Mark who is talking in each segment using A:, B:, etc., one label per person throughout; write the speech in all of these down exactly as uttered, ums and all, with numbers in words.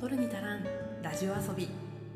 A: 取るに足らんラジオ遊び。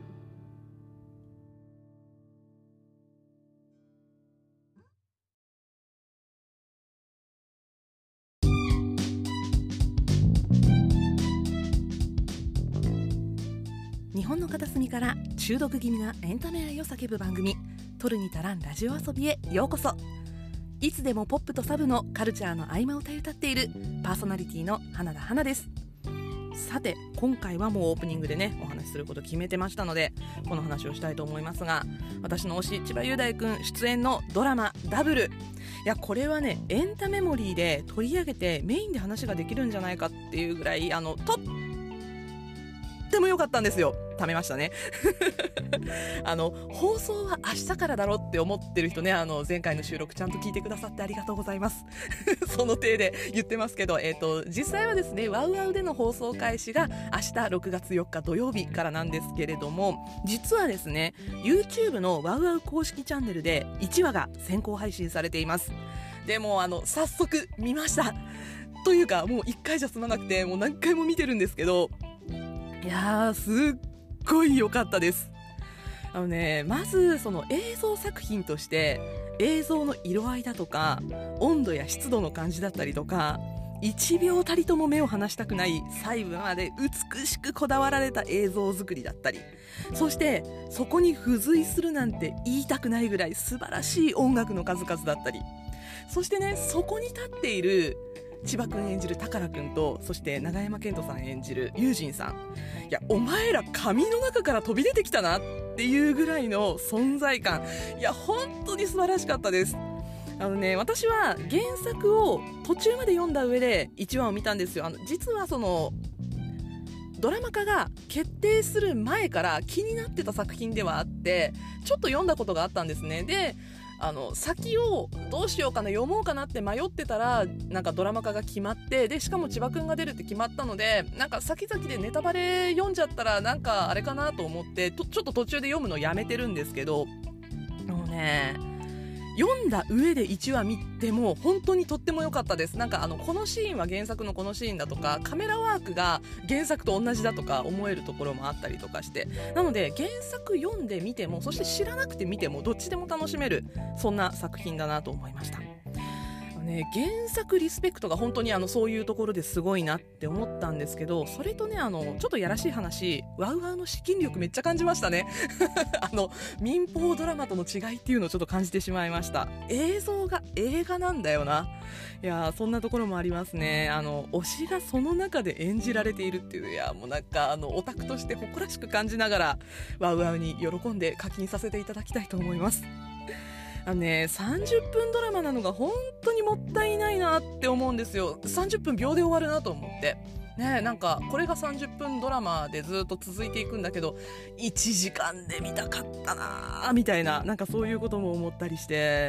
A: 日本の片隅から中毒気味なエンタメ愛を叫ぶ番組、取るに足らんラジオ遊びへようこそ。いつでもポップとサブのカルチャーの合間を歌い歌っているパーソナリティの花田花です。さて今回はもうオープニングでねお話しすること決めてましたので、この話をしたいと思いますが、私の推し千葉雄大くん出演のドラマダブル、いやこれはねエンタメモリーで取り上げてメインで話ができるんじゃないかっていうぐらい、あのとっても良かったんですよ。貯めましたねあの放送は明日からだろって思ってる人ね、あの前回の収録ちゃんと聞いてくださってありがとうございますその体で言ってますけど、えーと、実際はですねワウワウでの放送開始が明日ろくがつよっか土曜日からなんですけれども、実はですね YouTube のワウワウ公式チャンネルでいちわが先行配信されています。でもあの早速見ましたというか、もういっかいじゃ済まなくてもう何回も見てるんですけど、いやーすっごい良かったです。あのね、まずその映像作品として映像の色合いだとか温度や湿度の感じだったりとか、いちびょうたりとも目を離したくない細部まで美しくこだわられた映像作りだったり、そしてそこに付随するなんて言いたくないぐらい素晴らしい音楽の数々だったり、そしてねそこに立っている千葉くん演じる宝くんと、そして永山絢斗さん演じる友人さん、いやお前ら紙の中から飛び出てきたなっていうぐらいの存在感、いや本当に素晴らしかったです。あのね、私は原作を途中まで読んだ上でいちわを見たんですよ。あの実はそのドラマ化が決定する前から気になってた作品ではあって、ちょっと読んだことがあったんですね。であの先をどうしようかな読もうかなって迷ってたら、なんかドラマ化が決まって、でしかも千葉くんが出るって決まったので、なんか先々でネタバレ読んじゃったらなんかあれかなと思ってとちょっと途中で読むのやめてるんですけど、もうね読んだ上でいちわ見ても本当にとっても良かったです。なんかあのこのシーンは原作のこのシーンだとか、カメラワークが原作と同じだとか思えるところもあったりとかして、なので原作読んでみても、そして知らなくて見てもどっちでも楽しめる、そんな作品だなと思いました。ね、原作リスペクトが本当にあのそういうところですごいなって思ったんですけど、それとねあのちょっとやらしい話、ワウワウの資金力めっちゃ感じましたねあの民放ドラマとの違いっていうのをちょっと感じてしまいました。映像が映画なんだよな。いやそんなところもありますね。あの推しがその中で演じられているっていう、いやもうなんかあのオタクとして誇らしく感じながらワウワウに喜んで課金させていただきたいと思います。あのね、さんじゅっぷんドラマなのが本当にもったいないなって思うんですよ。さんじゅっぷん秒で終わるなと思ってね。なんかこれがさんじゅっぷんドラマでずっと続いていくんだけど、いちじかんで見たかったなみたいな、なんかそういうことも思ったりして、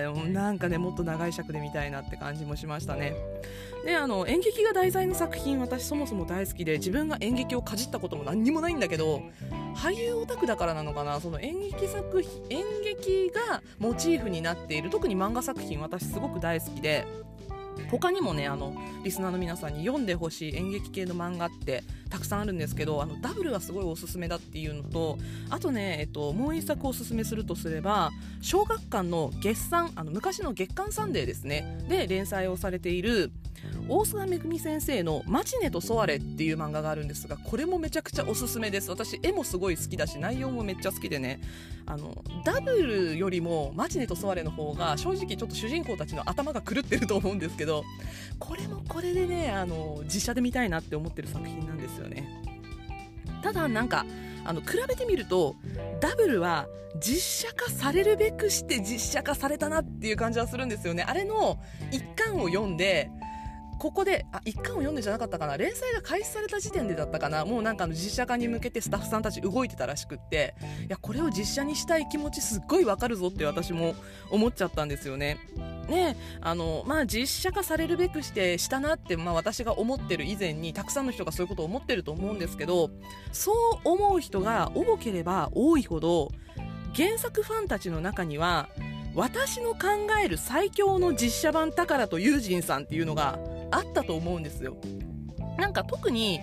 A: なんかねもっと長い尺で見たいなって感じもしましたね。であの演劇が題材の作品、私そもそも大好きで、自分が演劇をかじったことも何にもないんだけど、俳優オタクだからなのかな、その演劇作品演劇がモチーフになっている特に漫画作品、私すごく大好きで、他にもねあのリスナーの皆さんに読んでほしい演劇系の漫画ってたくさんあるんですけど、あのダブルはすごいおすすめだっていうのと、あとね、えっと、もう一作おすすめするとすれば、小学館の月刊、あの昔の月刊サンデーですねで連載をされている大須賀めぐみ先生のマチネとソワレっていう漫画があるんですが、これもめちゃくちゃおすすめです。私絵もすごい好きだし内容もめっちゃ好きでね、あのダブルよりもマチネとソワレの方が正直ちょっと主人公たちの頭が狂ってると思うんですけど、これもこれでねあの実写で見たいなって思ってる作品なんですよね。ただなんかあの比べてみるとダブルは実写化されるべくして実写化されたなっていう感じはするんですよね。あれの一巻を読んで、ここであ一巻を読んでじゃなかったかな、連載が開始された時点でだったかな、もうなんかあの実写化に向けてスタッフさんたち動いてたらしくって、いやこれを実写にしたい気持ちすっごいわかるぞって私も思っちゃったんですよね。ねあのまあ実写化されるべくしてしたなって、まあ、私が思ってる以前にたくさんの人がそういうことを思ってると思うんですけど、そう思う人が多ければ多いほど原作ファンたちの中には私の考える最強の実写版宝と友人さんっていうのがあったと思うんですよ。なんか特に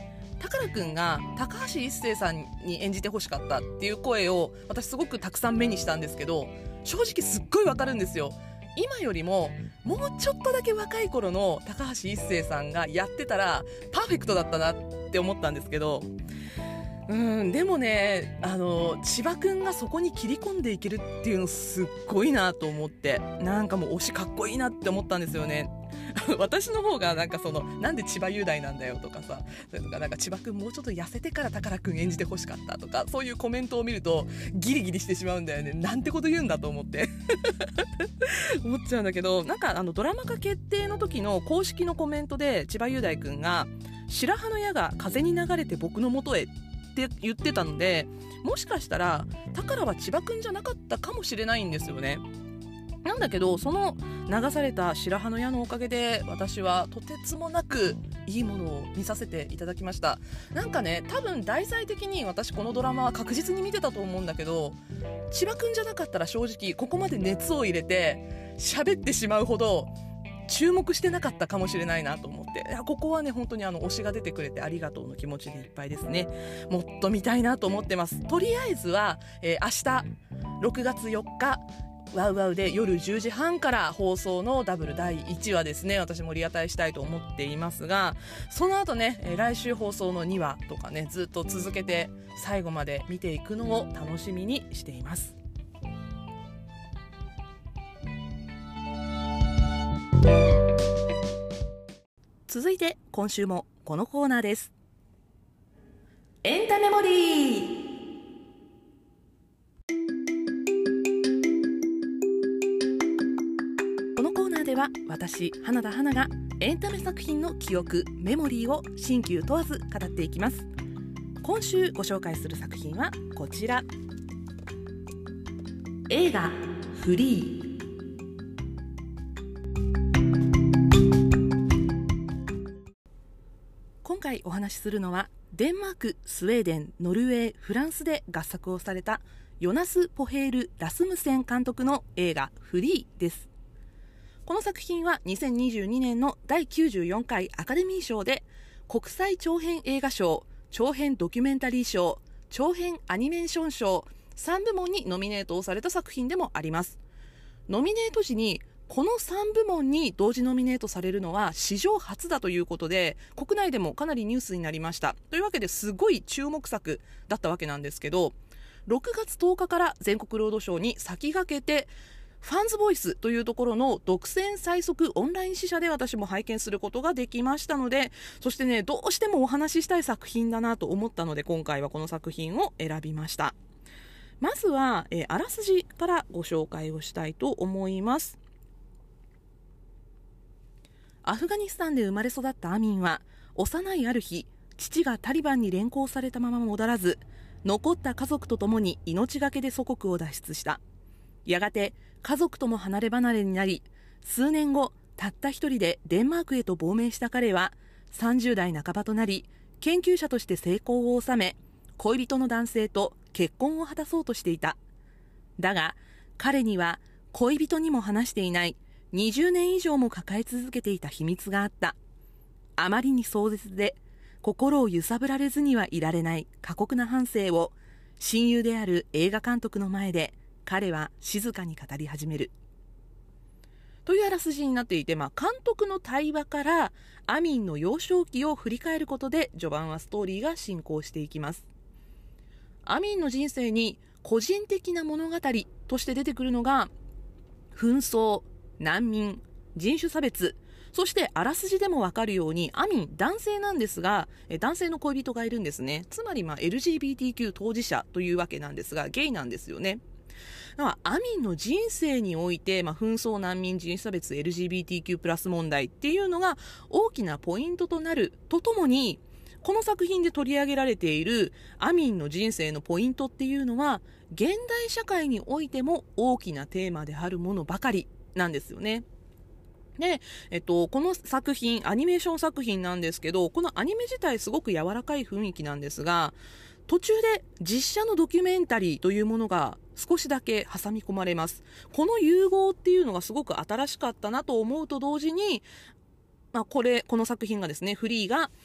A: 宝くんが高橋一生さんに演じてほしかったっていう声を私すごくたくさん目にしたんですけど、正直すっごいわかるんですよ。今よりももうちょっとだけ若い頃の高橋一生さんがやってたらパーフェクトだったなって思ったんですけど、うんでもね、あの千葉くんがそこに切り込んでいけるっていうのすっごいなと思って、なんかもう推しかっこいいなって思ったんですよね。私の方がなんかそのなんで千葉雄大なんだよとかさ、それとかなんか千葉くんもうちょっと痩せてから宝くん演じてほしかったとか、そういうコメントを見るとギリギリしてしまうんだよね。なんてこと言うんだと思って思っちゃうんだけど、なんかあのドラマ化決定の時の公式のコメントで千葉雄大くんが白羽の矢が風に流れて僕の元へって言ってたので、もしかしたら宝は千葉くんじゃなかったかもしれないんですよね。なんだけどその流された白羽の矢のおかげで私はとてつもなくいいものを見させていただきました。なんかね、多分題材的に私このドラマは確実に見てたと思うんだけど、千葉くんじゃなかったら正直ここまで熱を入れて喋ってしまうほど注目してなかったかもしれないなと思って、いやここはね本当にあの推しが出てくれてありがとうの気持ちでいっぱいですね。もっと見たいなと思ってます。とりあえずは、えー、明日ろくがつよっかワウワウで夜じゅうじはんから放送のダブルだいいちわですね、私もリアタイしたいと思っていますが、その後ね、えー、来週放送のにわとかね、ずっと続けて最後まで見ていくのを楽しみにしています。続いて今週もこのコーナーです。エンタメモリー。このコーナーでは私花田花がエンタメ作品の記憶メモリーを新旧問わず語っていきます。今週ご紹介する作品はこちら、映画フリー。今回お話しするのはデンマーク、スウェーデン、ノルウェー、フランスで合作をされたヨナス・ポヘール・ラスムセン監督の映画フリーです。この作品はにせんにじゅうにねんのだいきゅうじゅうよんかいアカデミー賞で国際長編映画賞、長編ドキュメンタリー賞、長編アニメーション賞さんぶもんにノミネートをされた作品でもあります。ノミネート時にこのさんぶもんに同時ノミネートされるのは史上初だということで、国内でもかなりニュースになりました。というわけですごい注目作だったわけなんですけど、ろくがつとおかから全国ロードショーに先駆けてファンズボイスというところの独占最速オンライン試写で私も拝見することができましたので、そしてね、どうしてもお話ししたい作品だなと思ったので今回はこの作品を選びました。まずは、えー、あらすじからご紹介をしたいと思います。アフガニスタンで生まれ育ったアミンは幼いある日、父がタリバンに連行されたまま戻らず、残った家族と共に命がけで祖国を脱出した。やがて家族とも離れ離れになり、数年後たった一人でデンマークへと亡命した彼はさんじゅうだいなかばとなり、研究者として成功を収め、恋人の男性と結婚を果たそうとしていた。だが彼には恋人にも話していないにじゅうねん以上も抱え続けていた秘密があった。あまりに壮絶で心を揺さぶられずにはいられない過酷な半生を親友である映画監督の前で彼は静かに語り始めるというあらすじになっていて、まあ、監督の対話からアミンの幼少期を振り返ることで序盤はストーリーが進行していきます。アミンの人生に個人的な物語として出てくるのが紛争、難民、人種差別、そしてあらすじでもわかるようにアミン男性なんですが、男性の恋人がいるんですね。つまりまあ エルジービーティーキュー 当事者というわけなんですが、ゲイなんですよね。だからアミンの人生において、まあ、紛争、難民、人種差別、エルジービーティーキュー プラス問題っていうのが大きなポイントとなるとともに、この作品で取り上げられているアミンの人生のポイントっていうのは現代社会においても大きなテーマであるものばかりなんですよね。で、えっと、この作品、アニメーション作品なんですけど、このアニメ自体すごく柔らかい雰囲気なんですが、途中で実写のドキュメンタリーというものが少しだけ挟み込まれます。この融合っていうのがすごく新しかったなと思うと同時に、まあ、これ、この作品がですね、フリーが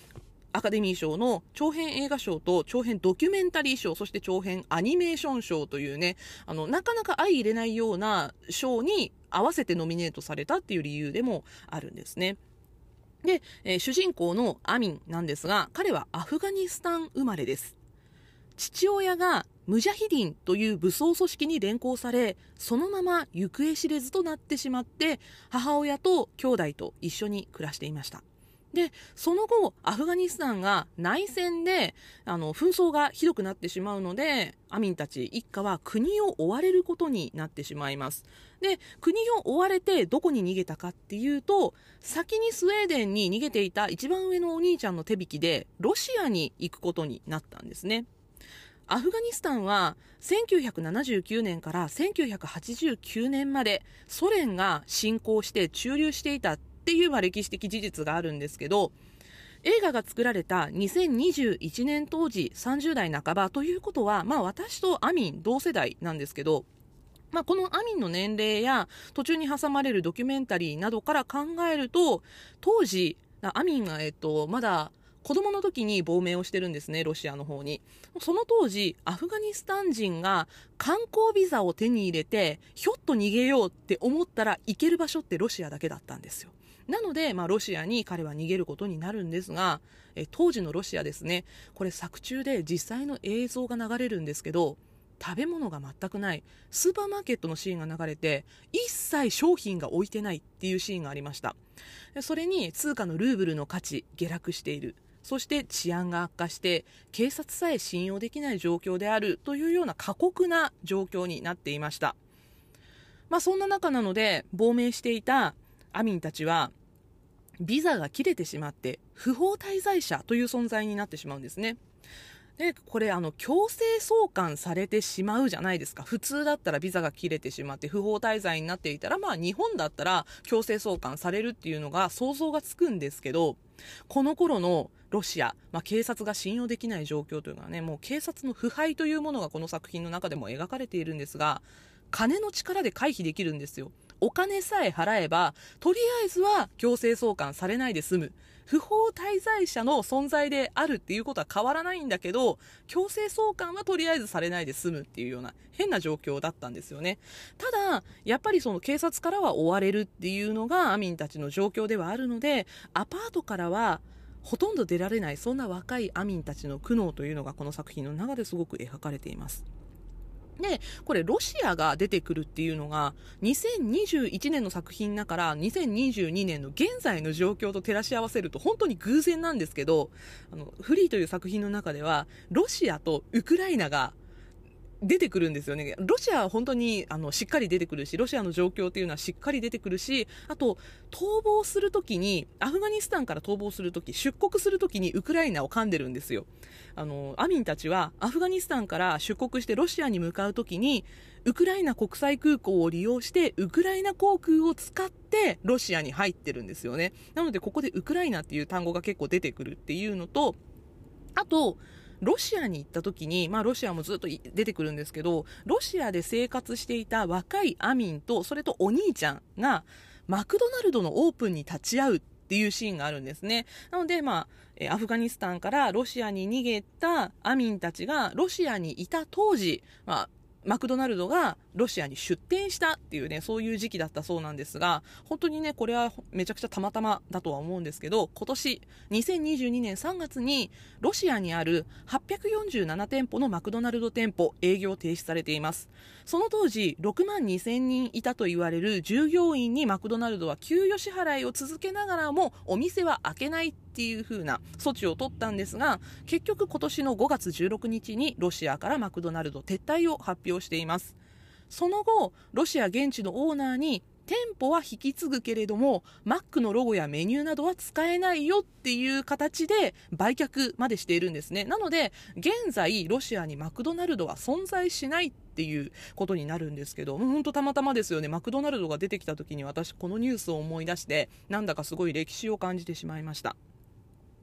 A: アカデミー賞の長編映画賞と長編ドキュメンタリー賞、そして長編アニメーション賞というね、あのなかなか相入れないような賞に合わせてノミネートされたっていう理由でもあるんですね。で、えー主人公のアミンなんですが、彼はアフガニスタン生まれです。父親がムジャヒディンという武装組織に連行され、そのまま行方知れずとなってしまって、母親と兄弟と一緒に暮らしていました。で、その後、アフガニスタンが内戦で、あの、紛争がひどくなってしまうので、アミンたち一家は国を追われることになってしまいます。で、国を追われてどこに逃げたかっていうと、先にスウェーデンに逃げていた一番上のお兄ちゃんの手引きで、ロシアに行くことになったんですね。アフガニスタンはせんきゅうひゃくななじゅうきゅうねんからせんきゅうひゃくはちじゅうきゅうねんまでソ連が侵攻して駐留していたっていうまあ歴史的事実があるんですけど、映画が作られたにせんにじゅういちねん当時さんじゅうだいなかばということは、まあ私とアミン同世代なんですけど、まあ、このアミンの年齢や途中に挟まれるドキュメンタリーなどから考えると、当時アミンが、えっと、まだ子供の時に亡命をしてるんですね、ロシアの方に。その当時アフガニスタン人が観光ビザを手に入れてひょっと逃げようって思ったら行ける場所ってロシアだけだったんですよ。なので、まあ、ロシアに彼は逃げることになるんですが、え当時のロシアですね、これ作中で実際の映像が流れるんですけど、食べ物が全くないスーパーマーケットのシーンが流れて、一切商品が置いてないっていうシーンがありました。それに通貨のルーブルの価値下落している、そして治安が悪化して警察さえ信用できない状況であるというような過酷な状況になっていました。まあ、そんな中なので、亡命していたアミンたちはビザが切れてしまって不法滞在者という存在になってしまうんですね。で、これあの強制送還されてしまうじゃないですか。普通だったらビザが切れてしまって不法滞在になっていたら、まあ日本だったら強制送還されるっていうのが想像がつくんですけど、この頃のロシア、まあ、警察が信用できない状況というのはね、もう警察の腐敗というものがこの作品の中でも描かれているんですが、金の力で回避できるんですよ。お金さえ払えばとりあえずは強制送還されないで済む。不法滞在者の存在であるっていうことは変わらないんだけど、強制送還はとりあえずされないで済むっていうような変な状況だったんですよね。ただやっぱりその警察からは追われるっていうのがアミンたちの状況ではあるので、アパートからはほとんど出られない、そんな若いアミンたちの苦悩というのがこの作品の中ですごく描かれています。で、これロシアが出てくるっていうのがにせんにじゅういちねんの作品だからにせんにじゅうにねんの現在の状況と照らし合わせると本当に偶然なんですけど、あのフリーという作品の中ではロシアとウクライナが出てくるんですよね。ロシアは本当にあのしっかり出てくるし、ロシアの状況っていうのはしっかり出てくるし、あと逃亡するときに、アフガニスタンから逃亡するとき、出国するときにウクライナを噛んでるんですよ。あのアミンたちはアフガニスタンから出国してロシアに向かうときにウクライナ国際空港を利用してウクライナ航空を使ってロシアに入ってるんですよね。なのでここでウクライナっていう単語が結構出てくるっていうのと、あとロシアに行った時に、まあロシアもずっと出てくるんですけど、ロシアで生活していた若いアミンと、それとお兄ちゃんがマクドナルドのオープンに立ち会うっていうシーンがあるんですね。なので、まあ、アフガニスタンからロシアに逃げたアミンたちがロシアにいた当時、まあ、マクドナルドがロシアに出店したっていうね、そういう時期だったそうなんですが、本当にね、これはめちゃくちゃたまたまだとは思うんですけど、今年にせんにじゅうにねんさんがつにロシアにあるはっぴゃくよんじゅうななてんぽのマクドナルド店舗営業停止されています。その当時ろくまんにせんにんいたと言われる従業員にマクドナルドは給与支払いを続けながらもお店は開けないっていう風な措置を取ったんですが、結局今年のごがつじゅうろくにちにロシアからマクドナルド撤退を発表しています。その後ロシア現地のオーナーに店舗は引き継ぐけれどもマックのロゴやメニューなどは使えないよっていう形で売却までしているんですね。なので現在ロシアにマクドナルドは存在しないっていうことになるんですけど、もう本当たまたまですよね。マクドナルドが出てきた時に私このニュースを思い出して、なんだかすごい歴史を感じてしまいました。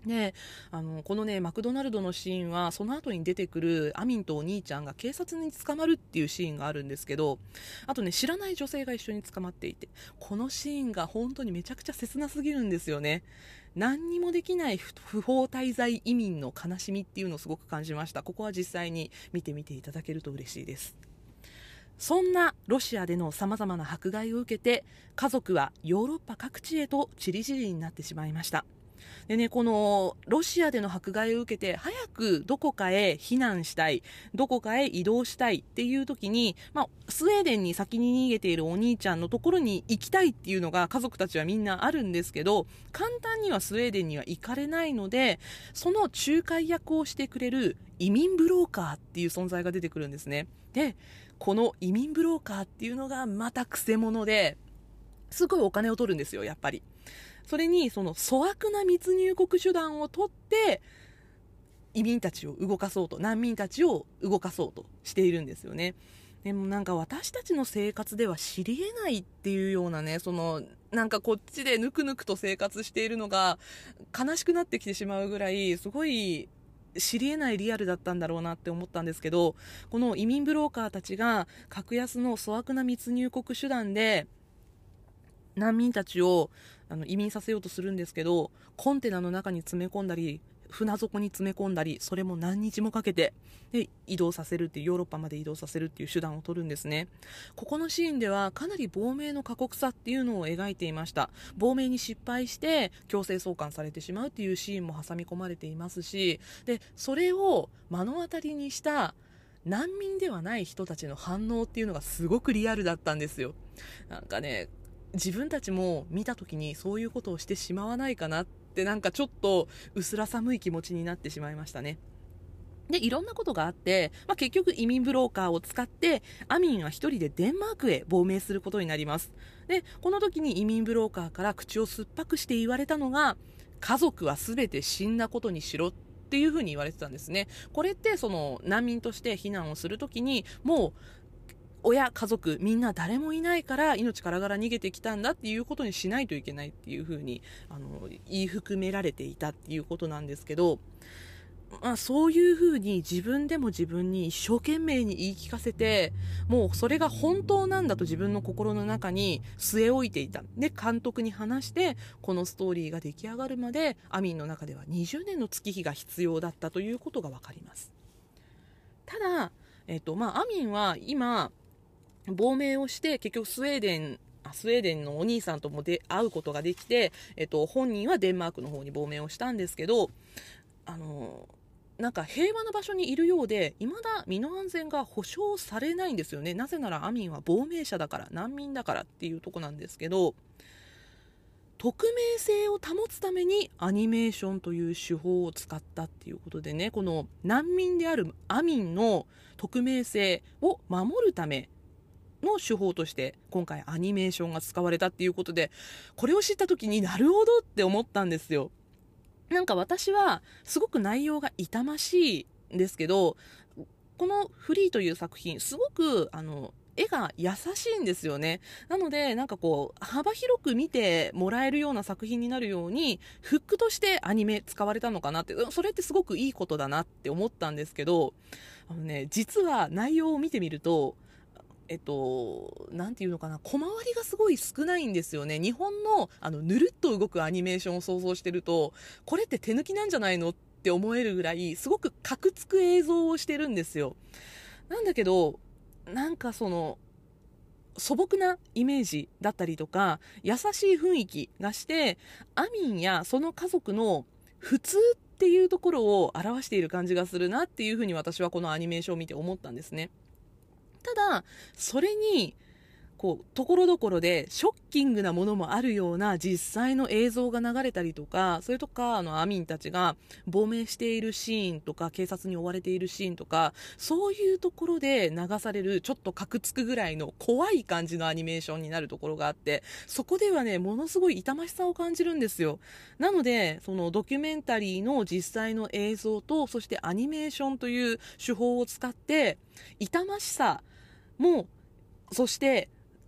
A: であのこのねマクドナルドのシーンはその後に出てくるアミンとお兄ちゃんが警察に捕まるっていうシーンがあるんですけど、あとね知らない女性が一緒に捕まっていて、このシーンが本当にめちゃくちゃ切なすぎるんですよね。何にもできない不法滞在移民の悲しみっていうのをすごく感じました。ここは実際に見てみていただけると嬉しいです。そんなロシアでのさまざまな迫害を受けて、家族はヨーロッパ各地へと散り散りになってしまいました。でね、このロシアでの迫害を受けて早くどこかへ避難したい、どこかへ移動したいっていう時に、まあ、スウェーデンに先に逃げているお兄ちゃんのところに行きたいっていうのが家族たちはみんなあるんですけど、簡単にはスウェーデンには行かれないので、その仲介役をしてくれる移民ブローカーっていう存在が出てくるんですね。でこの移民ブローカーっていうのがまたくせ者ですごいお金を取るんですよ。やっぱりそれにその粗悪な密入国手段を取って移民たちを動かそうと、難民たちを動かそうとしているんですよね。でもなんか私たちの生活では知り得ないっていうようなね、そのなんかこっちでぬくぬくと生活しているのが悲しくなってきてしまうぐらい、すごい知り得ないリアルだったんだろうなって思ったんですけど、この移民ブローカーたちが格安の粗悪な密入国手段で難民たちをあの移民させようとするんですけど、コンテナの中に詰め込んだり船底に詰め込んだり、それも何日もかけてで移動させるっていう、ヨーロッパまで移動させるっていう手段を取るんですね。ここのシーンではかなり亡命の過酷さっていうのを描いていました。亡命に失敗して強制送還されてしまうっていうシーンも挟み込まれていますし、でそれを目の当たりにした難民ではない人たちの反応っていうのがすごくリアルだったんですよ。なんかね、自分たちも見た時にそういうことをしてしまわないかなってなんかちょっと薄ら寒い気持ちになってしまいましたね。でいろんなことがあって、まあ、結局移民ブローカーを使ってアミンは一人でデンマークへ亡命することになります。でこの時に移民ブローカーから口を酸っぱくして言われたのが、家族は全て死んだことにしろっていうふうに言われてたんですね。これってその難民として避難をするときにもう親家族みんな誰もいないから命からがら逃げてきたんだっていうことにしないといけないっていうふうにあの言い含められていたっていうことなんですけど、まあ、そういうふうに自分でも自分に一生懸命に言い聞かせて、もうそれが本当なんだと自分の心の中に据え置いていた。で監督に話してこのストーリーが出来上がるまでアミンの中ではにじゅうねんの月日が必要だったということが分かります。ただ、えっとまあ、アミンは今亡命をして結局スウェーデンスウェーデンのお兄さんともで会うことができて、えっと、本人はデンマークの方に亡命をしたんですけど、あのなんか平和な場所にいるようで未だ身の安全が保証されないんですよね。なぜならアミンは亡命者だから難民だからっていうとこなんですけど、匿名性を保つためにアニメーションという手法を使ったっていうことでね、この難民であるアミンの匿名性を守るための手法として今回アニメーションが使われたっていうことで、これを知った時になるほどって思ったんですよ。なんか私はすごく内容が痛ましいんですけど、このフリーという作品すごくあの絵が優しいんですよね。なのでなんかこう幅広く見てもらえるような作品になるようにフックとしてアニメ使われたのかなって、それってすごくいいことだなって思ったんですけど、あのね、実は内容を見てみるとえっと、なんていうのかな、小回りがすごい少ないんですよね。日本のあのぬるっと動くアニメーションを想像してると、これって手抜きなんじゃないのって思えるぐらいすごくカクつく映像をしてるんですよ。なんだけどなんかその素朴なイメージだったりとか優しい雰囲気がして、アミンやその家族の普通っていうところを表している感じがするなっていうふうに私はこのアニメーションを見て思ったんですね。ただそれにこうところどころでショッキングなものもあるような実際の映像が流れたりとか、それとかあのアミンたちが亡命しているシーンとか警察に追われているシーンとか、そういうところで流されるちょっとカクつくぐらいの怖い感じのアニメーションになるところがあって、そこではねものすごい痛ましさを感じるんですよ。なのでそのドキュメンタリーの実際の映像とそしてアニメーションという手法を使って痛ましさもそして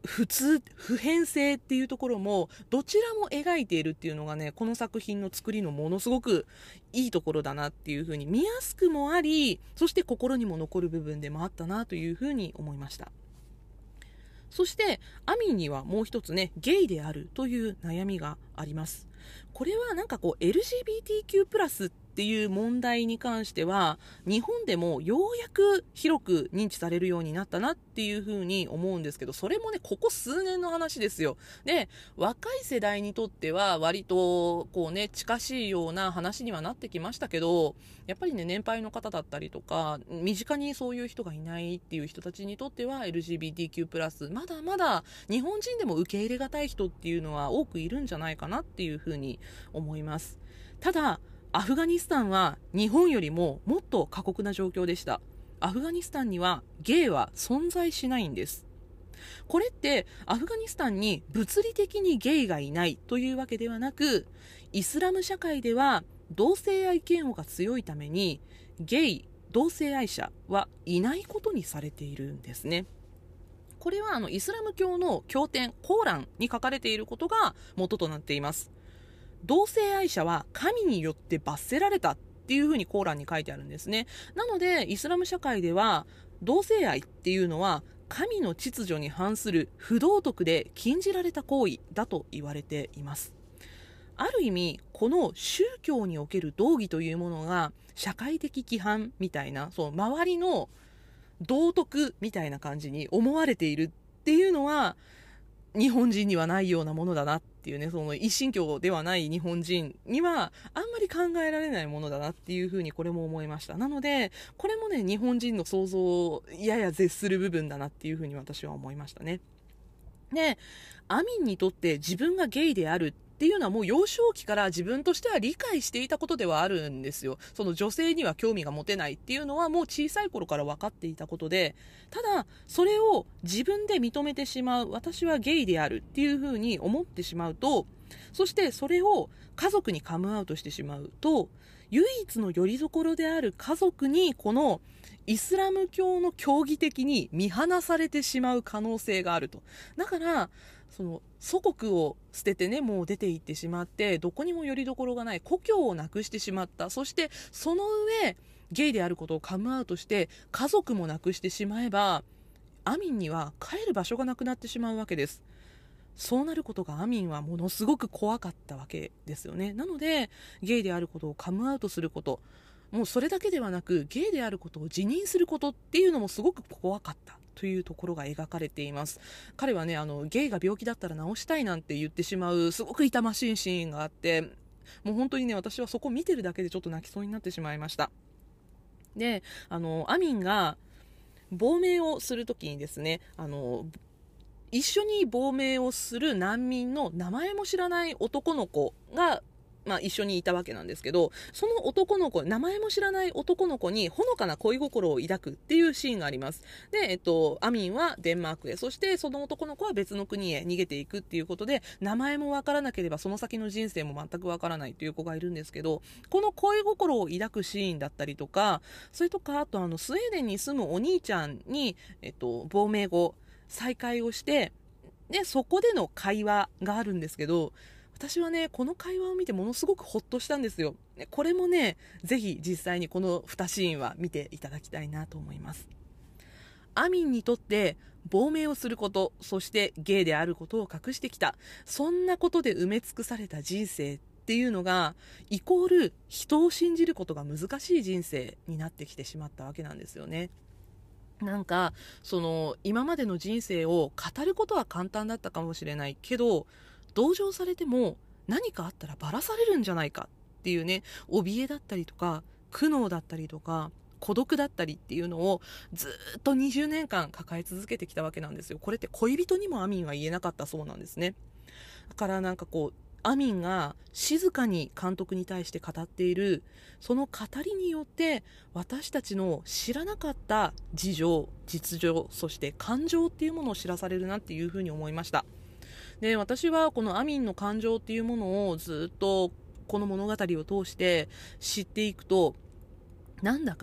A: 普通普遍性っていうところもどちらも描いているっていうのがね、この作品の作りのものすごくいいところだなっていうふうに、見やすくもあり、そして心にも残る部分でもあったなというふうに思いました。そしてアミンにはもう一つね、ゲイであるという悩みがあります。これはなんかこう エルジービーティーキュー プラスっていう問題に関しては日本でもようやく広く認知されるようになったなっていうふうに思うんですけど、それもねここ数年の話ですよ。で、若い世代にとっては割とこうね近しいような話にはなってきましたけど、やっぱりね年配の方だったりとか身近にそういう人がいないっていう人たちにとっては エルジービーティーキュー プラスまだまだ日本人でも受け入れがたい人っていうのは多くいるんじゃないかなっていうふうに思います。ただアフガニスタンは日本よりももっと過酷な状況でした。アフガニスタンにはゲイは存在しないんです。これってアフガニスタンに物理的にゲイがいないというわけではなく、イスラム社会では同性愛嫌悪が強いためにゲイ同性愛者はいないことにされているんですね。これはあのイスラム教の経典コーランに書かれていることが元となっています。同性愛者は神によって罰せられたっていうふうにコーランに書いてあるんですね。なのでイスラム社会では同性愛っていうのは神の秩序に反する不道徳で禁じられた行為だと言われています。ある意味この宗教における道義というものが社会的規範みたいな、そう周りの道徳みたいな感じに思われているっていうのは日本人にはないようなものだなっていうね、その一神教ではない日本人にはあんまり考えられないものだなっていうふうにこれも思いました。なのでこれもね日本人の想像をやや絶する部分だなっていうふうに私は思いましたね。で、アミンにとって自分がゲイであるっていうのはもう幼少期から自分としては理解していたことではあるんですよ。その女性には興味が持てないっていうのはもう小さい頃から分かっていたことで、ただそれを自分で認めてしまう、私はゲイであるっていうふうに思ってしまうと、そしてそれを家族にカムアウトしてしまうと、唯一の拠り所である家族にこのイスラム教の教義的に見放されてしまう可能性があると。だからその祖国を捨ててねもう出て行ってしまって、どこにも拠り所がない故郷をなくしてしまった。そしてその上ゲイであることをカムアウトして家族もなくしてしまえば、アミンには帰る場所がなくなってしまうわけです。そうなることがアミンはものすごく怖かったわけですよね。なのでゲイであることをカムアウトすること、もうそれだけではなくゲイであることを自認することっていうのもすごく怖かったというところが描かれています。彼はねあのゲイが病気だったら治したいなんて言ってしまうすごく痛ましいシーンがあって、もう本当にね私はそこを見てるだけでちょっと泣きそうになってしまいました。で、あのアミンが亡命をするときにですね、あの一緒に亡命をする難民の名前も知らない男の子がまあ、一緒にいたわけなんですけど、その男の子、名前も知らない男の子にほのかな恋心を抱くっていうシーンがあります。で、えっと、アミンはデンマークへ、そしてその男の子は別の国へ逃げていくっていうことで、名前もわからなければその先の人生も全くわからないという子がいるんですけど、この恋心を抱くシーンだったりとか、それとか、あとあの、スウェーデンに住むお兄ちゃんに、えっと、亡命後、再会をして、で、そこでの会話があるんですけど、私はねこの会話を見てものすごくホッとしたんですよ。これもねぜひ実際にこのにシーンは見ていただきたいなと思います。アミンにとって亡命をすること、そしてゲイであることを隠してきた、そんなことで埋め尽くされた人生っていうのがイコール人を信じることが難しい人生になってきてしまったわけなんですよね。なんかその今までの人生を語ることは簡単だったかもしれないけど、同情されても何かあったらバラされるんじゃないかっていうね、怯えだったりとか苦悩だったりとか孤独だったりっていうのをずっとにじゅうねんかん抱え続けてきたわけなんですよ。これって恋人にもアミンは言えなかったそうなんですね。だからなんかこうアミンが静かに監督に対して語っているその語りによって私たちの知らなかった事情、実情、そして感情っていうものを知らされるなっていうふうに思いました。で、私はこのアミンの感情っていうものをずっとこの物語を通して知っていくと、なんだか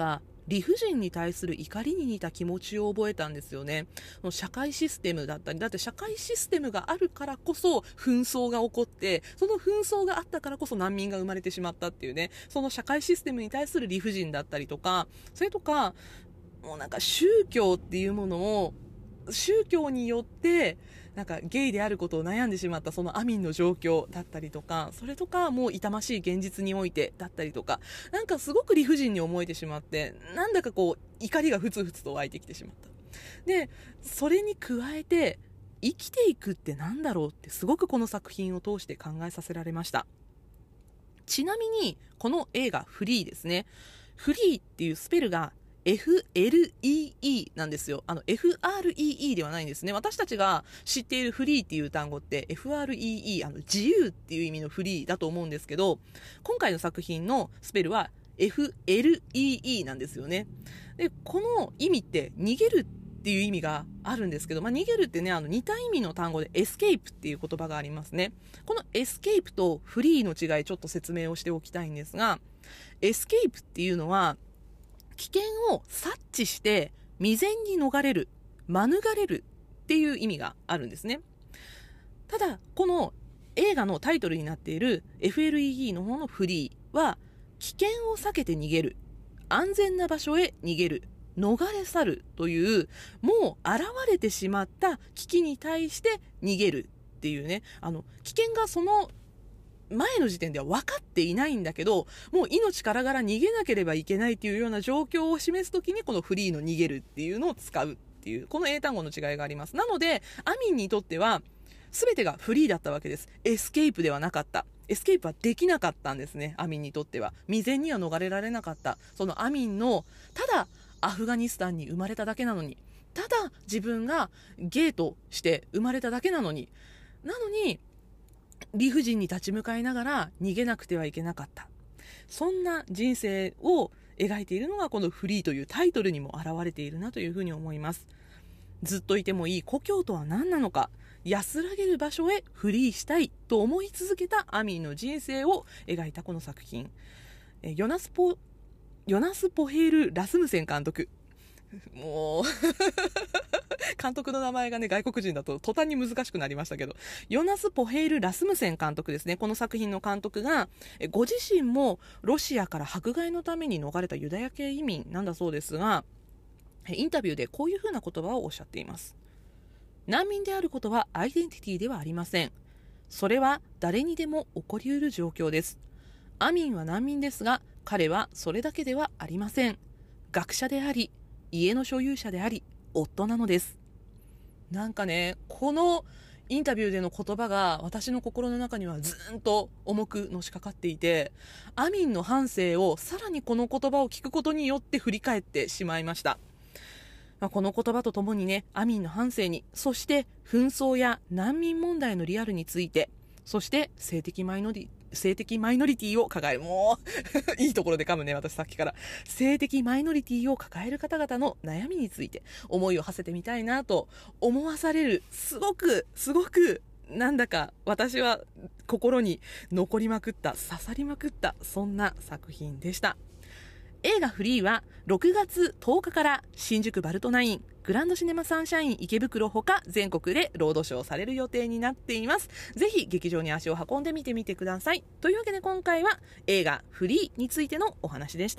A: 理不尽に対する怒りに似た気持ちを覚えたんですよね。社会システムだったり、だって社会システムがあるからこそ紛争が起こって、その紛争があったからこそ難民が生まれてしまったっていうね、その社会システムに対する理不尽だったりとか、それとかもうなんか宗教っていうものを、宗教によってなんかゲイであることを悩んでしまったそのアミンの状況だったりとか、それとかもう痛ましい現実においてだったりとか、なんかすごく理不尽に思えてしまって、なんだかこう怒りがふつふつと湧いてきてしまった。でそれに加えて、生きていくってなんだろうってすごくこの作品を通して考えさせられました。ちなみにこの映画フリーですね、フリーっていうスペルがエフエルイーイー なんですよ。あの エフアールイーイー ではないんですね。私たちが知っているフリーっていう単語って エフアールイーイー、あの自由っていう意味のフリーだと思うんですけど、今回の作品のスペルは エフエルイーイー なんですよね。でこの意味って逃げるっていう意味があるんですけど、まあ、逃げるってね、あの似た意味の単語でエスケープっていう言葉がありますね。このエスケープとフリーの違いちょっと説明をしておきたいんですが、エスケープっていうのは危険を察知して未然に逃れる、免れるっていう意味があるんですね。ただこの映画のタイトルになっている エフエルイーイー の方のフリーは、危険を避けて逃げる、安全な場所へ逃げる、逃れ去るという、もう現れてしまった危機に対して逃げるっていうね、あの危険がその前の時点では分かっていないんだけど、もう命からがら逃げなければいけないというような状況を示すときに、このフリーの逃げるっていうのを使うっていう、この英単語の違いがあります。なのでアミンにとっては全てがフリーだったわけです。エスケープではなかった。エスケープはできなかったんですね。アミンにとっては未然には逃れられなかった。そのアミンの、ただアフガニスタンに生まれただけなのに、ただ自分がゲイとして生まれただけなのに、なのに理不尽に立ち向かいながら逃げなくてはいけなかった。そんな人生を描いているのがこのフリーというタイトルにも表れているなというふうに思います。ずっといてもいい故郷とは何なのか、安らげる場所へフリーしたいと思い続けたアミンの人生を描いたこの作品。ヨナスポヨナス・ポヘール・ラスムセン監督、もう監督の名前がね、外国人だと途端に難しくなりましたけど、ヨナス・ポヘール・ラスムセン監督ですね。この作品の監督が、ご自身もロシアから迫害のために逃れたユダヤ系移民なんだそうですが、インタビューでこういうふうな言葉をおっしゃっています。難民であることはアイデンティティではありません。それは誰にでも起こりうる状況です。アミンは難民ですが、彼はそれだけではありません。学者であり、家の所有者であり、夫なのです。なんかね、このインタビューでの言葉が私の心の中にはずーんと重くのしかかっていて、アミンの半生をさらにこの言葉を聞くことによって振り返ってしまいました。まあ、この言葉とともにね、アミンの半生に、そして紛争や難民問題のリアルについて、そして性的マイノリ性的マイノリティを抱える、もういいところで噛むね、私さっきから。性的マイノリティを抱える方々の悩みについて思いを馳せてみたいなと思わされる、すごくすごくなんだか私は心に残りまくった、刺さりまくった、そんな作品でした。映画フリーはろくがつとおかから新宿バルトナイン、グランドシネマサンシャイン池袋ほか全国でロードショーされる予定になっています。ぜひ劇場に足を運んでみてみてください。というわけで今回は映画フリーについてのお話でした。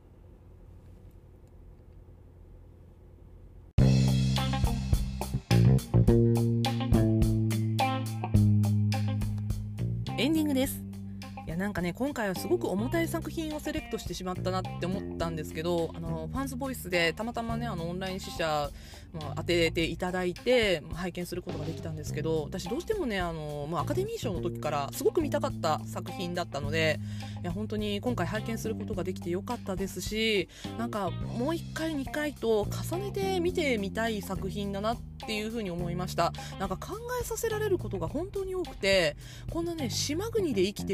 A: エンディングです。いやなんかね、今回はすごく重たい作品をセレクトしてしまったなって思ったんですけど、あのファンズボイスでたまたまね、あのオンライン試写、まあ、当てていただいて拝見することができたんですけど、私どうしてもね、あの、まあ、アカデミー賞の時からすごく見たかった作品だったので、いや本当に今回拝見することができてよかったですし、なんかもういっかいにかいと重ねて見てみたい作品だなっていうふうに思いました。なんか考えさせられることが本当に多くて、こんなね島国で生きてるとわか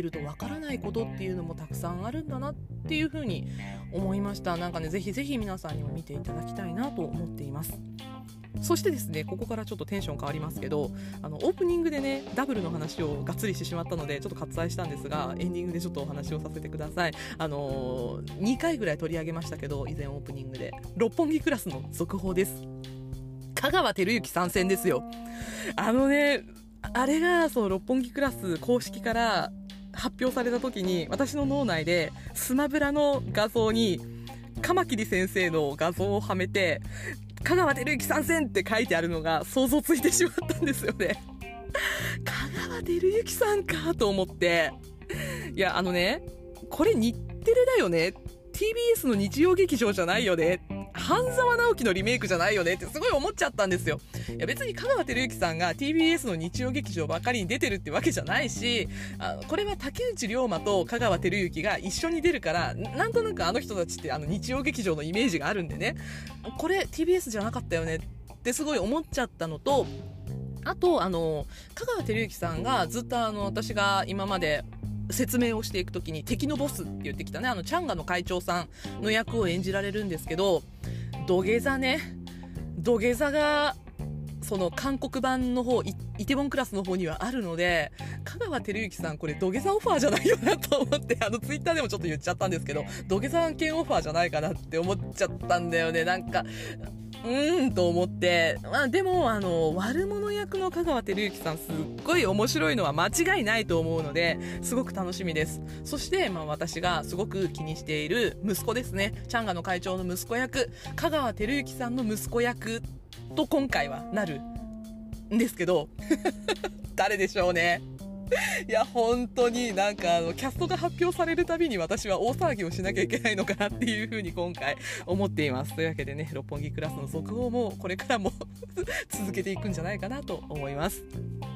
A: からないことっていうのもたくさんあるんだなっていうふうに思いました。なんかね、ぜひぜひ皆さんにも見ていただきたいなと思っています。そしてですね、ここからちょっとテンション変わりますけど、あのオープニングでねダブルの話をがっつりしてしまったのでちょっと割愛したんですが、エンディングでちょっとお話をさせてください。あのー、にかいぐらい取り上げましたけど、以前オープニングで六本木クラスの続報です。香川照之参戦ですよ。あのね、あれがそう六本木クラス公式から発表された時に、私の脳内でスマブラの画像にカマキリ先生の画像をはめて、香川照之参戦って書いてあるのが想像ついてしまったんですよね。香川照之さんかと思って、いやあのね、これ日テレだよね、 ティービーエス の日曜劇場じゃないよね、半沢直樹のリメイクじゃないよねってすごい思っちゃったんですよ。いや別に香川照之さんが ティービーエス の日曜劇場ばっかりに出てるってわけじゃないし、あのこれは竹内涼真と香川照之が一緒に出るから、なんとなくあの人たちってあの日曜劇場のイメージがあるんでね、これ ティービーエス じゃなかったよねってすごい思っちゃったのと、あとあの香川照之さんがずっとあの私が今まで説明をしていくときに敵のボスって言ってきたね、あのチャンガの会長さんの役を演じられるんですけど、土下座ね、土下座がその韓国版の方、イテウォンクラスの方にはあるので、香川照之さんこれ土下座オファーじゃないよなと思って、あのツイッターでもちょっと言っちゃったんですけど、土下座案件オファーじゃないかなって思っちゃったんだよね。なんかうーんと思って、まあ、でもあの悪者役の香川照之さんすっごい面白いのは間違いないと思うので、すごく楽しみです。そして、まあ、私がすごく気にしている息子ですね、チャンガの会長の息子役、香川照之さんの息子役と今回はなるんですけど誰でしょうね。いや本当になんかあのキャストが発表されるたびに私は大騒ぎをしなきゃいけないのかなっていう風に今回思っています。というわけでね、六本木クラスの続報もこれからも続けていくんじゃないかなと思います。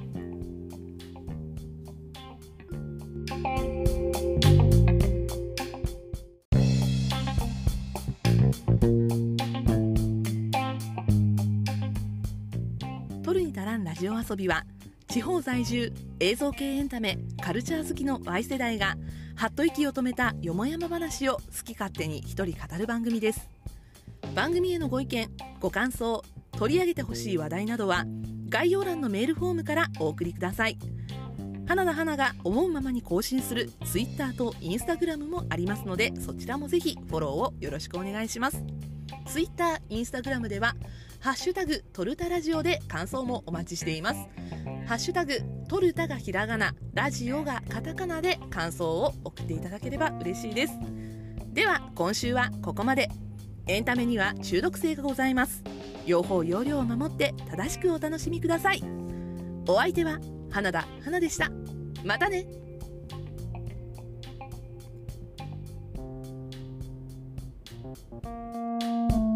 A: 取るに足らんラジオ遊びは、地方在住映像系エンタメカルチャー好きの Y 世代がはっと息を止めたよもやま話を好き勝手に一人語る番組です。番組へのご意見ご感想、取り上げてほしい話題などは概要欄のメールフォームからお送りください。花田花が思うままに更新する Twitter と Instagram もありますので、そちらもぜひフォローをよろしくお願いします。Twitter、Instagram ではハッシュタグトルタラジオで感想もお待ちしています。ハッシュタグトルタがひらがな、ラジオがカタカナで感想を送っていただければ嬉しいです。では今週はここまで。エンタメには中毒性がございます。用法用量を守って正しくお楽しみください。お相手は花田花でした。またね。
B: Thank you.